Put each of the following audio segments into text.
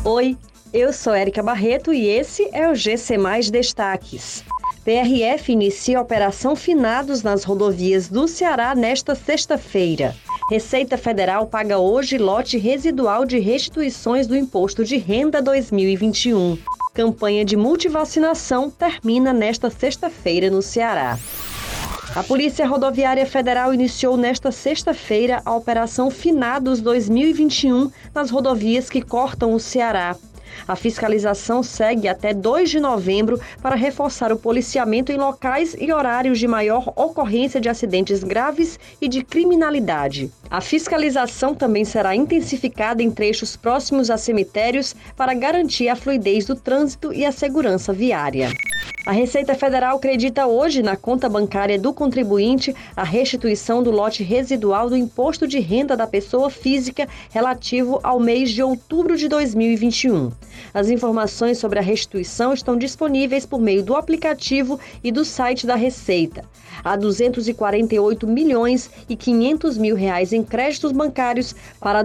Oi, eu sou Érica Barreto e esse é o GC Mais Destaques. PRF inicia a Operação Finados nas rodovias do Ceará nesta sexta-feira. Receita Federal paga hoje lote residual de restituições do Imposto de Renda 2021. Campanha de multivacinação termina nesta sexta-feira no Ceará. A Polícia Rodoviária Federal iniciou nesta sexta-feira a Operação Finados 2021 nas rodovias que cortam o Ceará. A fiscalização segue até 2 de novembro para reforçar o policiamento em locais e horários de maior ocorrência de acidentes graves e de criminalidade. A fiscalização também será intensificada em trechos próximos a cemitérios para garantir a fluidez do trânsito e a segurança viária. A Receita Federal acredita hoje na conta bancária do contribuinte a restituição do lote residual do Imposto de Renda da Pessoa Física relativo ao mês de outubro de 2021. As informações sobre a restituição estão disponíveis por meio do aplicativo e do site da Receita. Há 248 milhões e 500 mil reais em créditos bancários para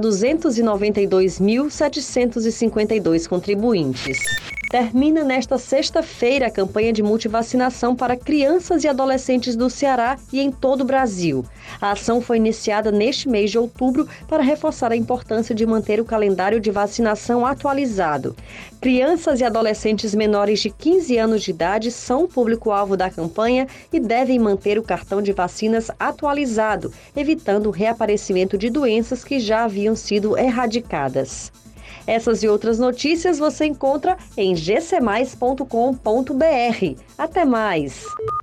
292.752 contribuintes. Termina nesta sexta-feira a campanha de multivacinação para crianças e adolescentes do Ceará e em todo o Brasil. A ação foi iniciada neste mês de outubro para reforçar a importância de manter o calendário de vacinação atualizado. Crianças e adolescentes menores de 15 anos de idade são o público-alvo da campanha e devem manter o cartão de vacinas atualizado, evitando o reaparecimento de doenças que já haviam sido erradicadas. Essas e outras notícias você encontra em gcmais.com.br. Até mais!